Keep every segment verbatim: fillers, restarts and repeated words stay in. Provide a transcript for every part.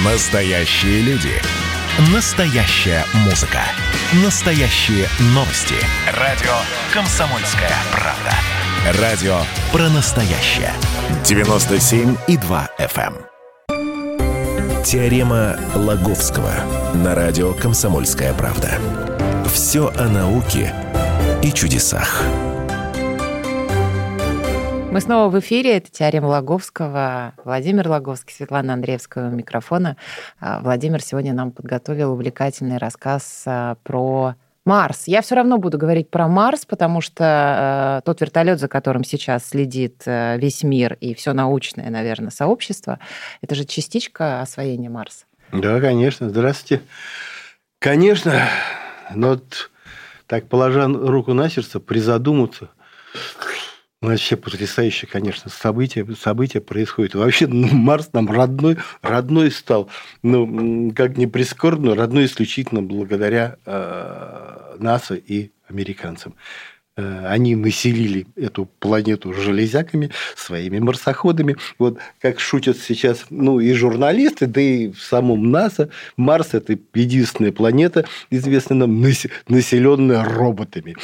Настоящие люди. Настоящая музыка. Настоящие новости. Радио «Комсомольская правда». Радио про настоящее. девяносто семь и два эф эм. Теорема Лаговского на радио «Комсомольская правда». Все о науке и чудесах. Мы снова в эфире. Это теорема Лаговского. Владимир Лаговский, Светлана Андреевская у микрофона. Владимир сегодня нам подготовил увлекательный рассказ про Марс. Я все равно буду говорить про Марс, потому что тот вертолет, за которым сейчас следит весь мир и все научное, наверное, сообщество, это же частичка освоения Марса. Да, конечно. Здравствуйте. Конечно. Но вот так, положа руку на сердце, призадуматься... Вообще потрясающее, конечно, событие, событие происходит. Вообще Марс нам родной, родной стал. Ну, как ни прискорбно, родной исключительно благодаря э, НАСА и американцам. Э, они населили эту планету железяками, своими марсоходами. Вот как шутят сейчас ну, и журналисты, да и в самом НАСА, Марс – это единственная планета, известная нам, населенная роботами.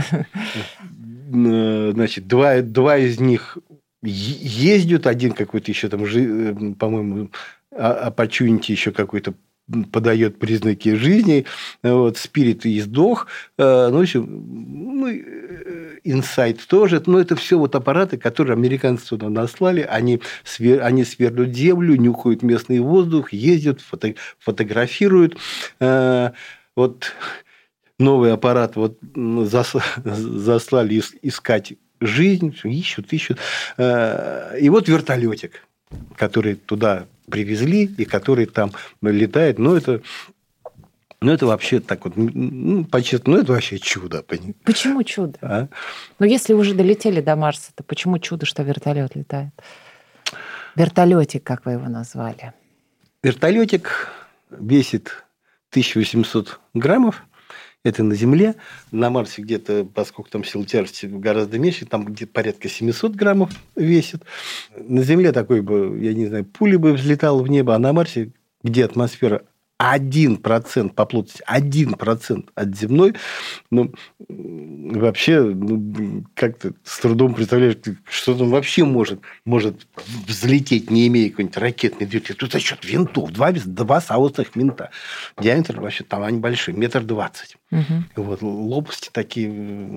Значит, два, два из них ездят, один какой-то еще там, по-моему, Opportunity еще какой-то подает признаки жизни, вот, Spirit и сдох, ну, в общем, ну, Insight тоже, но это все вот аппараты, которые американцы туда наслали, они, свер, они сверлят землю, нюхают местный воздух, ездят, фото, фотографируют, вот... Новый аппарат вот заслали искать жизнь, ищут, ищут. И вот вертолетик, который туда привезли и который там летает. Ну, это, ну, это вообще так вот, ну, по-честному, ну, это вообще чудо. Почему чудо? А? Ну, если уже долетели до Марса, то почему чудо, что вертолет летает? Вертолетик, как вы его назвали? Вертолетик весит тысяча восемьсот граммов. Это на Земле. На Марсе где-то, поскольку там сила тяжести гораздо меньше, там где-то порядка семьсот граммов весит. На Земле такой бы, я не знаю, пуля бы взлетала в небо, а на Марсе, где атмосфера один процент по плотности, один процент от земной, ну, вообще, ну, как-то с трудом представляешь, что там вообще может, может взлететь, не имея какой-нибудь ракетный двигатель. Тут за счет винтов, два, два соосных винта. Диаметр вообще там они большие, метр двадцать. Угу. Вот, лопасти такие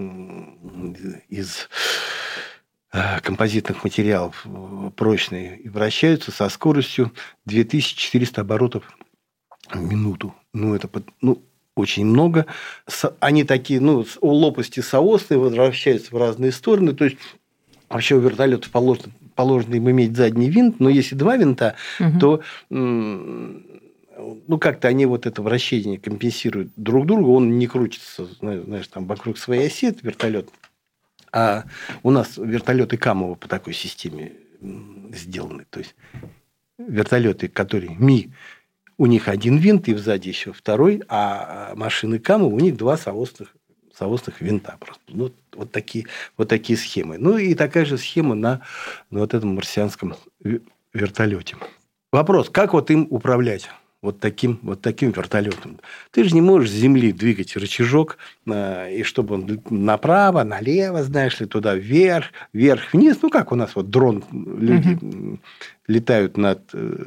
из композитных материалов прочные и вращаются со скоростью две тысячи четыреста оборотов в минуту. Ну, это ну, очень много. Они такие, ну, лопасти соосные, возвращаются в разные стороны. То есть, вообще у вертолетов положено, положено им иметь задний винт, но если два винта, угу. то ну, как-то они вот это вращение компенсируют друг другу. Он не крутится, знаешь, там вокруг своей оси, это вертолет. А у нас вертолеты Камова по такой системе сделаны. То есть, вертолеты, которые Ми, у них один винт, и сзади еще второй, а машины Камова, у них два соосных, соосных винта. Просто. Ну, вот, такие, вот такие схемы. Ну, и такая же схема на, на вот этом марсианском вертолете. Вопрос, как вот им управлять? Вот таким, вот таким вертолетом. Ты же не можешь с земли двигать рычажок, и чтобы он направо, налево, знаешь ли, туда вверх, вверх, вниз. Ну, как у нас вот дрон, люди угу. летают над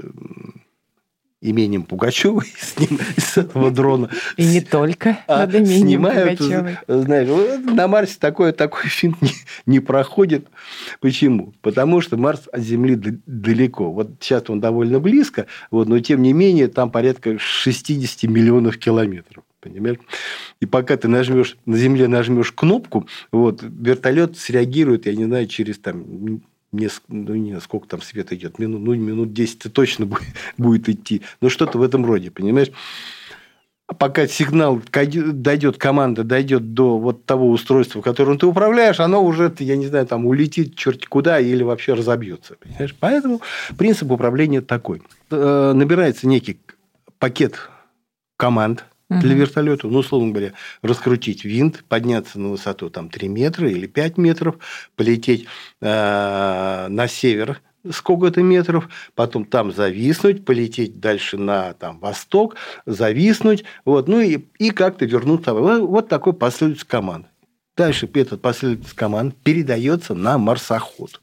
имением Пугачевой, с, ним, с этого дрона. И не только а над имением снимают, Пугачевой. Знаешь, на Марсе такой, такой финт не, не проходит. Почему? Потому что Марс от Земли далеко. Вот сейчас он довольно близко, вот, но тем не менее там порядка шестьдесят миллионов километров. Понимаешь? И пока ты нажмешь, на Земле нажмешь кнопку, вот, вертолет среагирует, я не знаю, через там... Несколько, ну, не сколько там свет идет, минут, ну, минут десять точно будет, будет идти. Ну, что-то в этом роде, понимаешь? А пока сигнал дойдет, команда дойдет до вот того устройства, которым ты управляешь, оно уже, я не знаю, там улетит черти куда или вообще разобьется. Понимаешь? Поэтому принцип управления такой. Набирается некий пакет команд для вертолета, ну, условно говоря, раскрутить винт, подняться на высоту там, три метра или пять метров, полететь э, на север сколько-то метров, потом там зависнуть, полететь дальше на там, восток, зависнуть, вот, ну и, и как-то вернуться. Вот такой последовательность команд. Дальше этот последовательность команд передается на марсоход.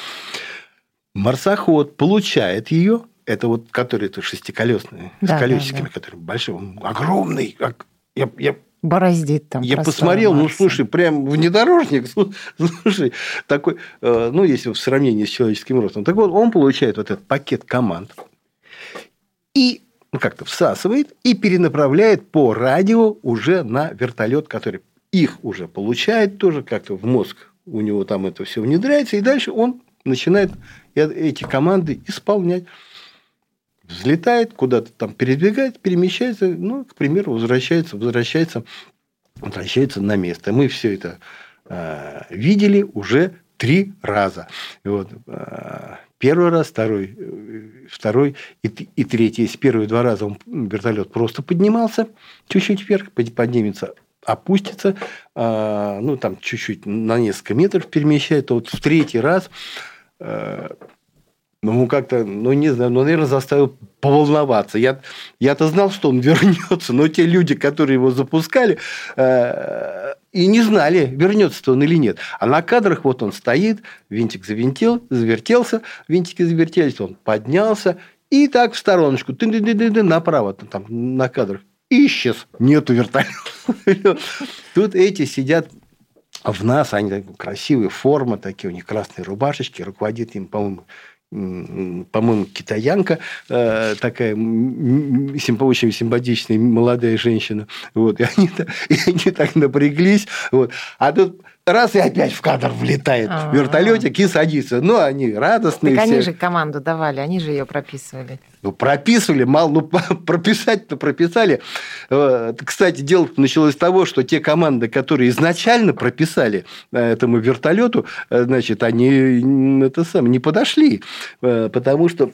Марсоход получает ее, это вот, который это шестиколесный, да, с колесиками, да, да. который большой, он огромный, как я, я бороздит там. Я посмотрел, Марса. Ну, слушай, прям внедорожник, слушай, такой, ну, если в сравнении с человеческим ростом. Так вот, он получает вот этот пакет команд и ну, как-то всасывает и перенаправляет по радио уже на вертолет, который их уже получает тоже как-то в мозг. У него там это все внедряется, и дальше он начинает эти команды исполнять. Взлетает, куда-то там передвигает, перемещается, ну, к примеру, возвращается, возвращается, возвращается на место. Мы все это э, видели уже три раза. Вот. Первый раз, второй, второй и, и третий. Если первые два раза он, вертолет просто поднимался, чуть-чуть вверх, поднимется, опустится, э, ну, там чуть-чуть на несколько метров перемещает, то вот в третий раз... Э, Ну, как-то, ну, не знаю, ну, наверное, заставил поволноваться. Я, я-то знал, что он вернется, но те люди, которые его запускали, э, и не знали, вернется-то он или нет. А на кадрах вот он стоит, винтик завинтил, завертелся, винтики завертелись, он поднялся, и так в стороночку, ты-ты-ты-ты, направо, там, на кадрах, и исчез. Нету вертолета. Тут эти сидят... В нас, они такие красивые, формы такие, у них красные рубашечки, руководит им, по-моему, по-моему, китаянка, э, такая очень симпатичная молодая женщина. Вот, и, они, и они так напряглись. Вот. А тут раз и опять в кадр влетает А-а-а. вертолетик и садится. Ну, они радостные. Так все. Они же команду давали, они же ее прописывали. Ну, прописывали, мало, ну, прописать-то прописали. Кстати, дело началось с того, что те команды, которые изначально прописали этому вертолету, значит, они это самое, не подошли. Потому что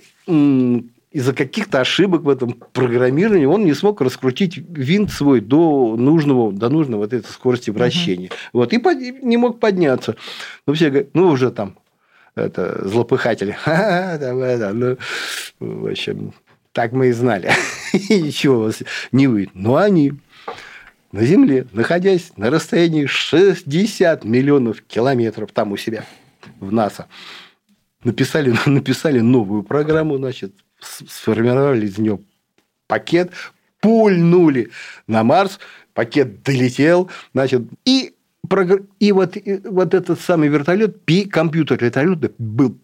из-за каких-то ошибок в этом программировании он не смог раскрутить винт свой до нужного, до нужной вот этой скорости вращения. Uh-huh. Вот, и под, не мог подняться. Ну, все говорят, ну, уже там это, злопыхатели. Ха-ха, давай, да, ну, в общем, так мы и знали. Ничего у вас не выйдет. Но они на Земле, находясь на расстоянии шестьдесят миллионов километров там у себя, в НАСА, написали, написали новую программу, значит, сформировали из нее пакет, пульнули на Марс, пакет долетел, значит, и, и вот, и вот этот самый вертолет, компьютер вертолета был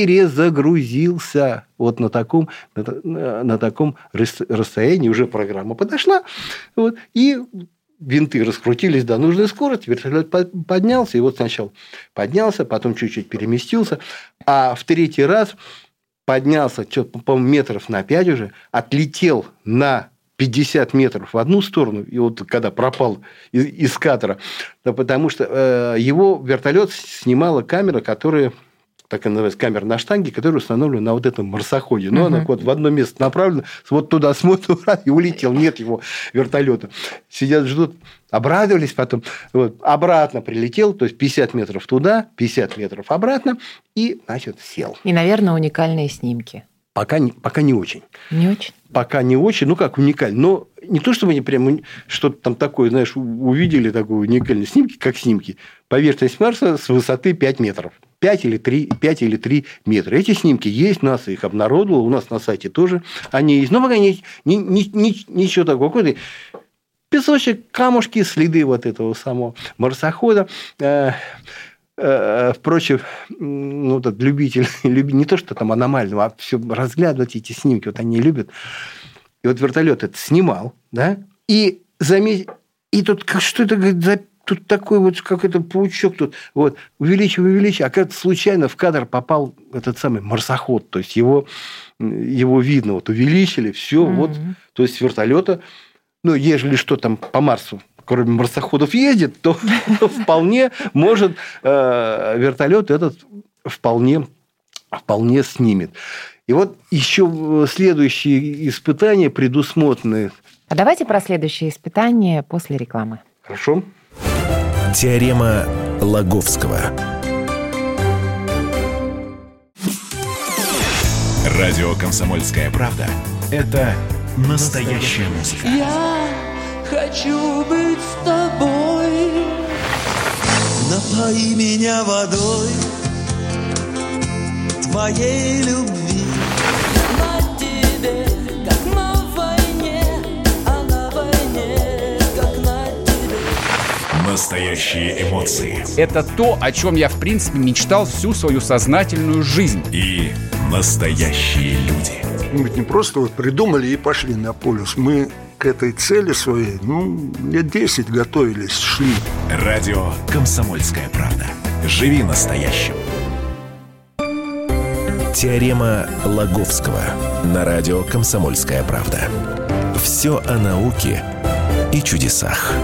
перезагрузился вот на таком, на, на таком расстоянии, уже программа подошла, вот, и винты раскрутились до нужной скорости, вертолет поднялся, и вот сначала поднялся, потом чуть-чуть переместился, а в третий раз поднялся, что-то, по-моему, метров на пять уже, отлетел на пятьдесят метров в одну сторону, и вот когда пропал из, из кадра, да, потому что э, его вертолет снимала камера, которая, так и называется, камера на штанге, которая установлена на вот этом марсоходе. Но uh-huh. она вот в одно место направлена, вот туда смотрит, и улетел, нет его вертолета. Сидят, ждут, обрадовались потом. Вот, обратно прилетел, то есть пятьдесят метров туда, пятьдесят метров обратно, и, значит, сел. И, наверное, уникальные снимки. Пока, пока не очень. Не очень? Пока не очень, ну как уникально. Но не то, чтобы они прямо что-то там такое, знаешь, увидели такой уникальный снимки, как снимки. Поверхность Марса с высоты пять метров. пять или три, пять или три метра. Эти снимки есть, НАСА их обнародовало, у нас на сайте тоже они есть. Но пока не, не, не, не, ничего такого. Какой-то песочек, камушки, следы вот этого самого марсохода. Впрочем, ну, этот любитель, не то, что там аномального, а все разглядывать эти снимки, вот они любят. И вот вертолет это снимал, да, и заметь, и тут что это, говорит, тут такой вот, как это паучок тут, вот, увеличивай, увеличивай, а как случайно в кадр попал этот самый марсоход, то есть его, его видно, вот увеличили, все, mm-hmm. вот, то есть вертолета, ну, ежели что там по Марсу, кроме марсоходов ездит, то вполне может э, вертолет этот вполне, вполне снимет. И вот еще следующие испытания предусмотрены. А давайте про следующие испытания после рекламы. Хорошо. Теорема Лаговского. Радио «Комсомольская правда» — это настоящая музыка. Я хочу быть с тобой. Напои меня водой твоей любви. На тебе, как на войне, а на войне, как на тебе. Настоящие эмоции. Это то, о чем я, в принципе, мечтал всю свою сознательную жизнь. И настоящие люди. Мы ведь не просто вот придумали и пошли на полюс. Мы к этой цели своей, ну, лет десять готовились, шли. Радио «Комсомольская правда». Живи настоящим. Теорема Лаговского на радио «Комсомольская правда». Все о науке и чудесах.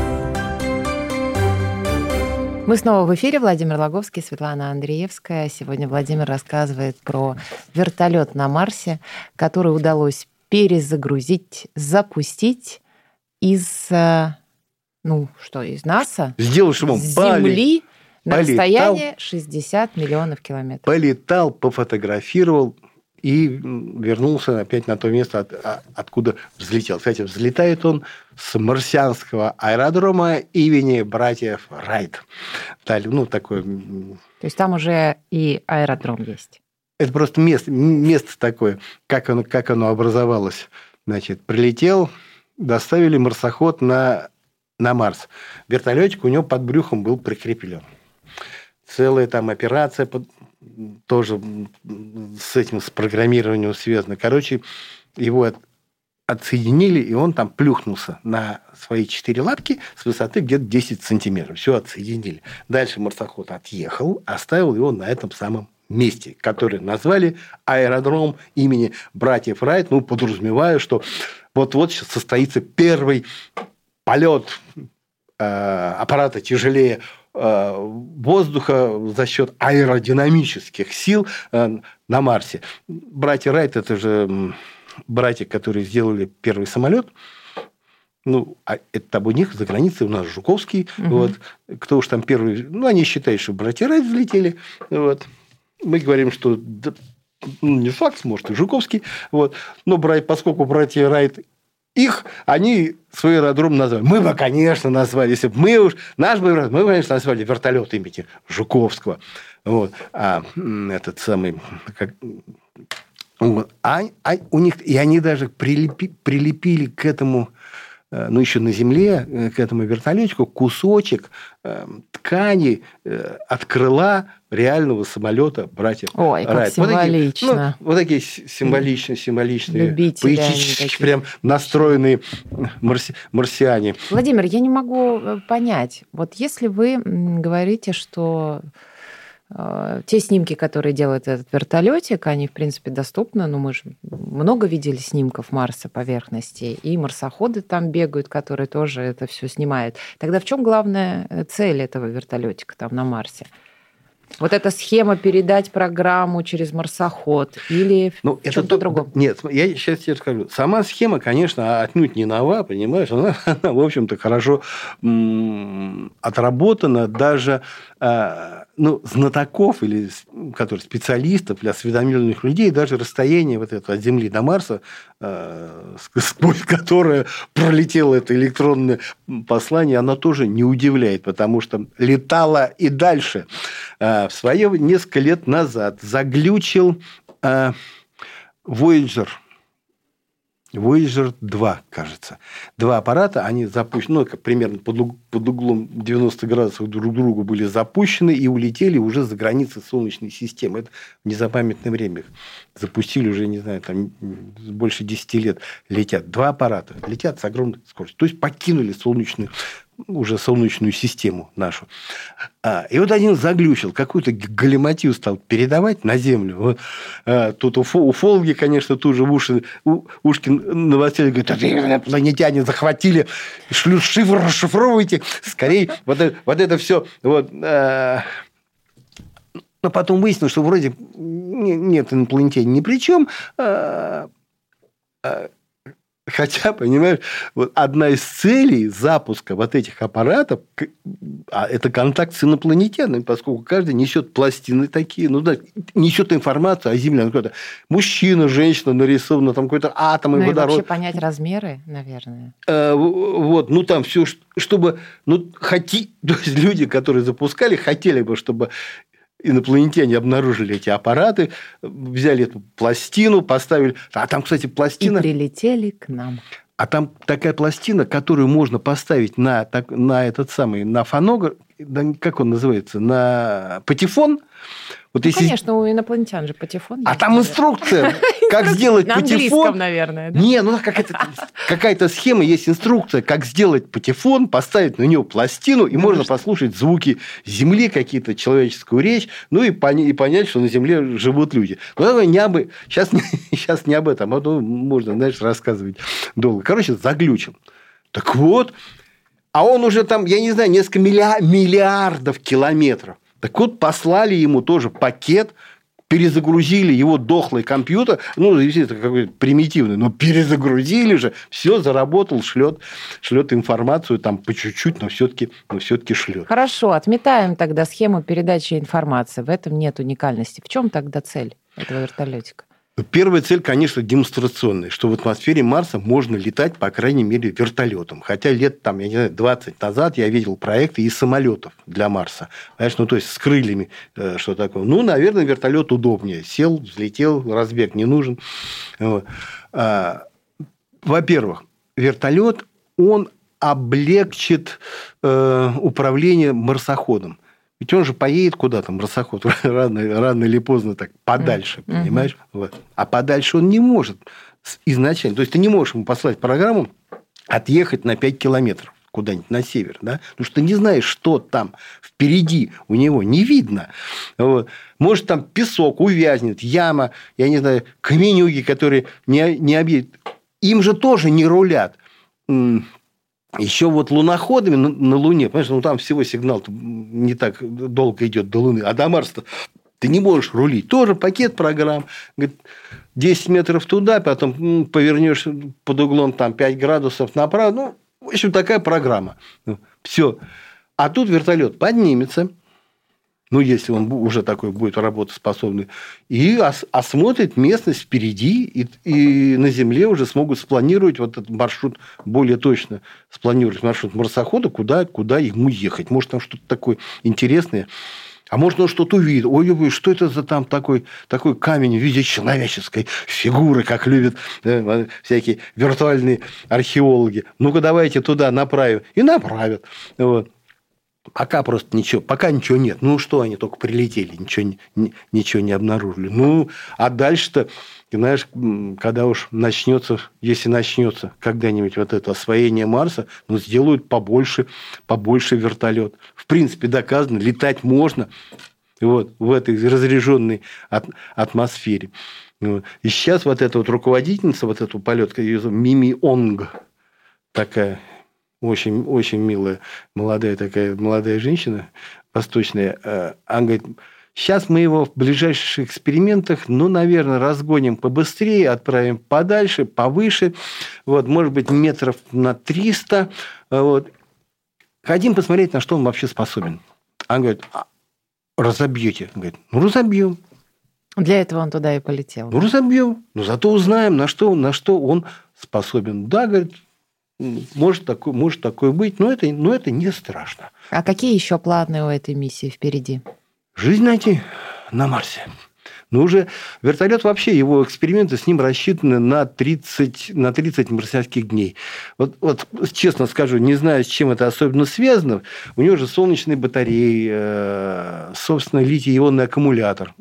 Мы снова в эфире. Владимир Лаговский, Светлана Андреевская. Сегодня Владимир рассказывает про вертолет на Марсе, который удалось перезагрузить, запустить из, ну что, из НАСА, Сделал, что он с Земли на полетал, расстояние шестьдесят миллионов километров. Полетал, пофотографировал и вернулся опять на то место, от, откуда взлетел. Кстати, взлетает он с марсианского аэродрома имени братьев Райт. Ну, такое... То есть там уже и аэродром есть. Это просто место, место такое, как оно, как оно образовалось. Значит, прилетел, доставили марсоход на, на Марс. Вертолетик у него под брюхом был прикреплен. Целая там операция под, тоже с этим, с программированием связана. Короче, его от, отсоединили, и он там плюхнулся на свои четыре лапки с высоты где-то десять сантиметров. Все отсоединили. Дальше марсоход отъехал, оставил его на этом самом месте, который назвали аэродром имени братьев Райт, ну, подразумевая, что вот-вот сейчас состоится первый полет э, аппарата тяжелее э, воздуха за счет аэродинамических сил э, на Марсе. Братья Райт – это же братья, которые сделали первый самолет. Ну, а это об у них за границей у нас Жуковский. Угу. Вот. Кто уж там первый... Ну, они считают, что братья Райт взлетели. Вот. Мы говорим, что да, не факт, может, и Жуковский. Вот. Но поскольку братья Райт их, они свой аэродром назвали. Мы бы, конечно, назвали. Если бы мы уж... Наш бы, мы, конечно, назвали вертолет имени Жуковского. Вот. А этот самый... Как, вот. А, а у них... И они даже прилепи, прилепили к этому... ну, еще на Земле, к этому вертолетику кусочек э, ткани э, от крыла реального самолета братьев Ой, как Райт. символично. Вот такие, ну, вот такие символичные, символичные, любители поэтически прям настроенные марси, марсиане. Владимир, я не могу понять. Вот если вы говорите, что те снимки, которые делает этот вертолетик, они, в принципе, доступны. Ну, мы же много видели снимков Марса поверхности, и марсоходы там бегают, которые тоже это все снимают. Тогда в чем главная цель этого вертолетика там на Марсе? Вот эта схема передать программу через марсоход или ну, в чем-то другом? Нет, я сейчас тебе скажу. Сама схема, конечно, отнюдь не нова, понимаешь? Она, она в общем-то, хорошо м- отработана. Даже э, ну, знатоков, или, которые, специалистов, или осведомленных людей, даже расстояние вот это от Земли до Марса, э, сквозь которое пролетело это электронное послание, оно тоже не удивляет, потому что летало и дальше. В свое несколько лет назад заглючил э, Voyager. Voyager два, кажется. Два аппарата, они запущены, ну, как примерно под, уг- под углом девяносто градусов друг к другу были запущены и улетели уже за границы Солнечной системы. Это в незапамятное время. Запустили уже, не знаю, там больше десяти лет летят. Два аппарата летят с огромной скоростью. То есть, покинули Солнечную уже Солнечную систему нашу. А, и вот один заглючил, какую-то галиматью стал передавать на Землю. Вот, а, тут уфо, уфологи, конечно, тут же в уши, у, ушки навостили, говорят, это инопланетяне захватили, шлют шифр, расшифровывайте, скорее, вот это, вот это все. Вот, а... Но потом выяснилось, что вроде нет инопланетяне ни при чем. А... А... Хотя, понимаешь, вот одна из целей запуска вот этих аппаратов а это контакт с инопланетянами, поскольку каждый несет пластины такие, ну да, несет информацию о Земле. Ну, какой-то мужчина, женщина нарисована, там какой-то атом и ну, водород. И вообще понять размеры, наверное. А, вот, ну там все, чтобы, ну, хоти... то есть люди, которые запускали, хотели бы, чтобы инопланетяне обнаружили эти аппараты, взяли эту пластину, поставили... А там, кстати, пластина... И прилетели к нам. А там такая пластина, которую можно поставить на, так, на этот самый, на фонограф, да, как он называется, на патефон. Вот Ну, если... конечно, у инопланетян же патефон. А там инструкция, как сделать на патефон. На английском, наверное. Да? Не, ну какая-то схема, есть инструкция, как сделать патефон, поставить на него пластину, и можно послушать звуки Земли, какие-то человеческую речь, ну и понять, что на Земле живут люди. Ну, давай не об... сейчас, сейчас не об этом, а то можно, знаешь, рассказывать долго. Короче, заглючил. Так вот, а он уже там, я не знаю, несколько миллиардов километров. Так вот, послали ему тоже пакет, перезагрузили его дохлый компьютер, ну, естественно, какой-то примитивный, но перезагрузили же, все заработал, шлет, шлет информацию там по чуть-чуть, но все-таки, но все-таки шлет. Хорошо, отметаем тогда схему передачи информации. В этом нет уникальности. В чем тогда цель этого вертолетика? Первая цель, конечно, демонстрационная, что в атмосфере Марса можно летать, по крайней мере, вертолетом. Хотя лет там, я не знаю, двадцать назад я видел проекты и самолетов для Марса. Понимаешь, ну, то есть, с крыльями, что такое. Ну, наверное, вертолет удобнее. Сел, взлетел, разбег не нужен. Вот. Во-первых, вертолет, он облегчит э, управление марсоходом. Ведь он же поедет куда-то, марсоход, рано, рано или поздно так, подальше, mm-hmm. понимаешь? Вот. А подальше он не может изначально. То есть, ты не можешь ему послать программу отъехать на пять километров куда-нибудь на север, да? Потому что ты не знаешь, что там впереди у него, не видно. Вот. Может, там песок увязнет, яма, я не знаю, каменюги, которые не, не объедут. Им же тоже не рулят. Еще вот луноходами на, на Луне, понимаешь, ну там всего сигнал не так долго идет до Луны, а до Марса ты не можешь рулить. Тоже пакет программ. Говорит, десять метров туда, потом повернешь под углом там, пять градусов направо. Ну, в общем, такая программа. Все. А тут вертолет поднимется, ну, если он уже такой будет работоспособный, и ос- осмотрит местность впереди, и, и на Земле уже смогут спланировать вот этот маршрут, более точно спланировать маршрут марсохода, куда, куда ему ехать. Может, там что-то такое интересное. А может, он что-то увидит. Ой, что это за там такой, такой камень в виде человеческой фигуры, как любят э, всякие виртуальные археологи. Ну-ка, давайте туда направим. И направят. Вот. Пока просто ничего, пока ничего нет. Ну, что они только прилетели, ничего, ничего не обнаружили. Ну, а дальше-то, знаешь, когда уж начнется, если начнется когда-нибудь вот это освоение Марса, ну, сделают побольше, побольше вертолет. В принципе, доказано, летать можно вот, в этой разряженной атмосфере. И сейчас вот эта вот руководительница вот этого полета, ее зовут Мими Онг, такая... Очень, очень милая, молодая такая, молодая женщина, восточная. Она говорит, сейчас мы его в ближайших экспериментах, ну, наверное, разгоним побыстрее, отправим подальше, повыше, вот, может быть, метров на триста. Вот. Хотим посмотреть, на что он вообще способен. Она говорит, разобьете. Говорит, ну, разобьем. Для этого он туда и полетел. Ну, разобьем. Но зато узнаем, на что, на что он способен. Да, говорит, Может такое, может такое быть, но это, но это не страшно. А какие еще планы у этой миссии впереди? Жизнь найти на Марсе. Но уже вертолет вообще, его эксперименты с ним рассчитаны на тридцать, на тридцать марсианских дней. Вот, вот честно скажу, не знаю, с чем это особенно связано. У него же солнечные батареи, собственно, литий-ионный аккумулятор,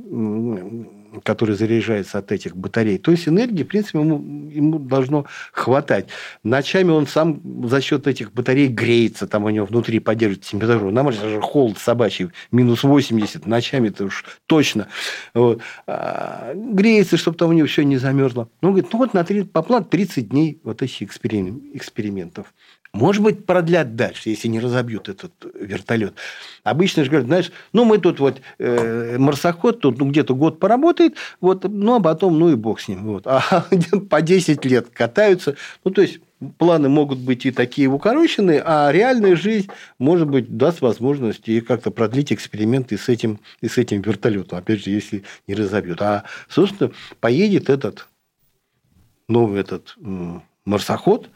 который заряжается от этих батарей. То есть энергии, в принципе, ему, ему должно хватать. Ночами он сам за счет этих батарей греется, там у него внутри поддерживает температуру. На Марсе же холод собачий, минус восемьдесят, ночами-то уж точно. Вот. А, греется, чтобы там у него все не замерзло. Ну, он говорит, ну вот на три, по плану тридцать дней вот этих экспериментов. Может быть, продлят дальше, если не разобьют этот вертолет. Обычно же говорят, знаешь, ну, мы тут вот э, марсоход тут ну, где-то год поработает, вот, ну, а потом, ну, и бог с ним. Вот. А по десять лет катаются. Ну, то есть, планы могут быть и такие укороченные, а реальная жизнь, может быть, даст возможность и как-то продлить эксперименты с этим, и с этим вертолетом. Опять же, если не разобьют. А, собственно, поедет этот новый этот м, марсоход,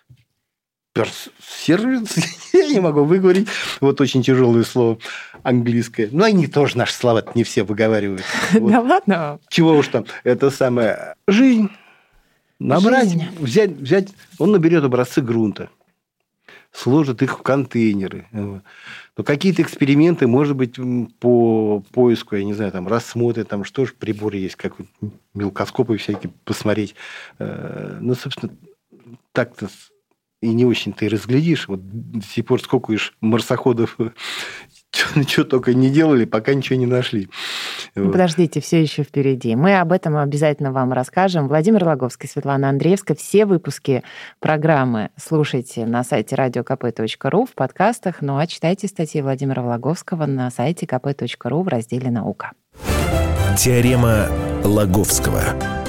сервис, я не могу выговорить, вот очень тяжелое слово английское. Но они тоже наши слова не все выговаривают. Вот. Да ладно? Чего уж там, это самая жизнь. Набрать, Жизнь. взять, взять, он наберет образцы грунта, сложит их в контейнеры. Вот. Но какие-то эксперименты, может быть, по поиску, я не знаю, там рассмотрят, там что же приборы есть, как мелкоскопы всякие посмотреть. Ну, собственно, так-то и не очень-то и разглядишь. Вот до сих пор сколько уж марсоходов что только не делали, пока ничего не нашли. Вот. Подождите, все еще впереди. Мы об этом обязательно вам расскажем. Владимир Логовский, Светлана Андреевская. Все выпуски программы слушайте на сайте радио ка пэ точка ру в подкастах. Ну а читайте статьи Владимира Логовского на сайте ка пэ точка ру в разделе «Наука». Теорема Лаговского.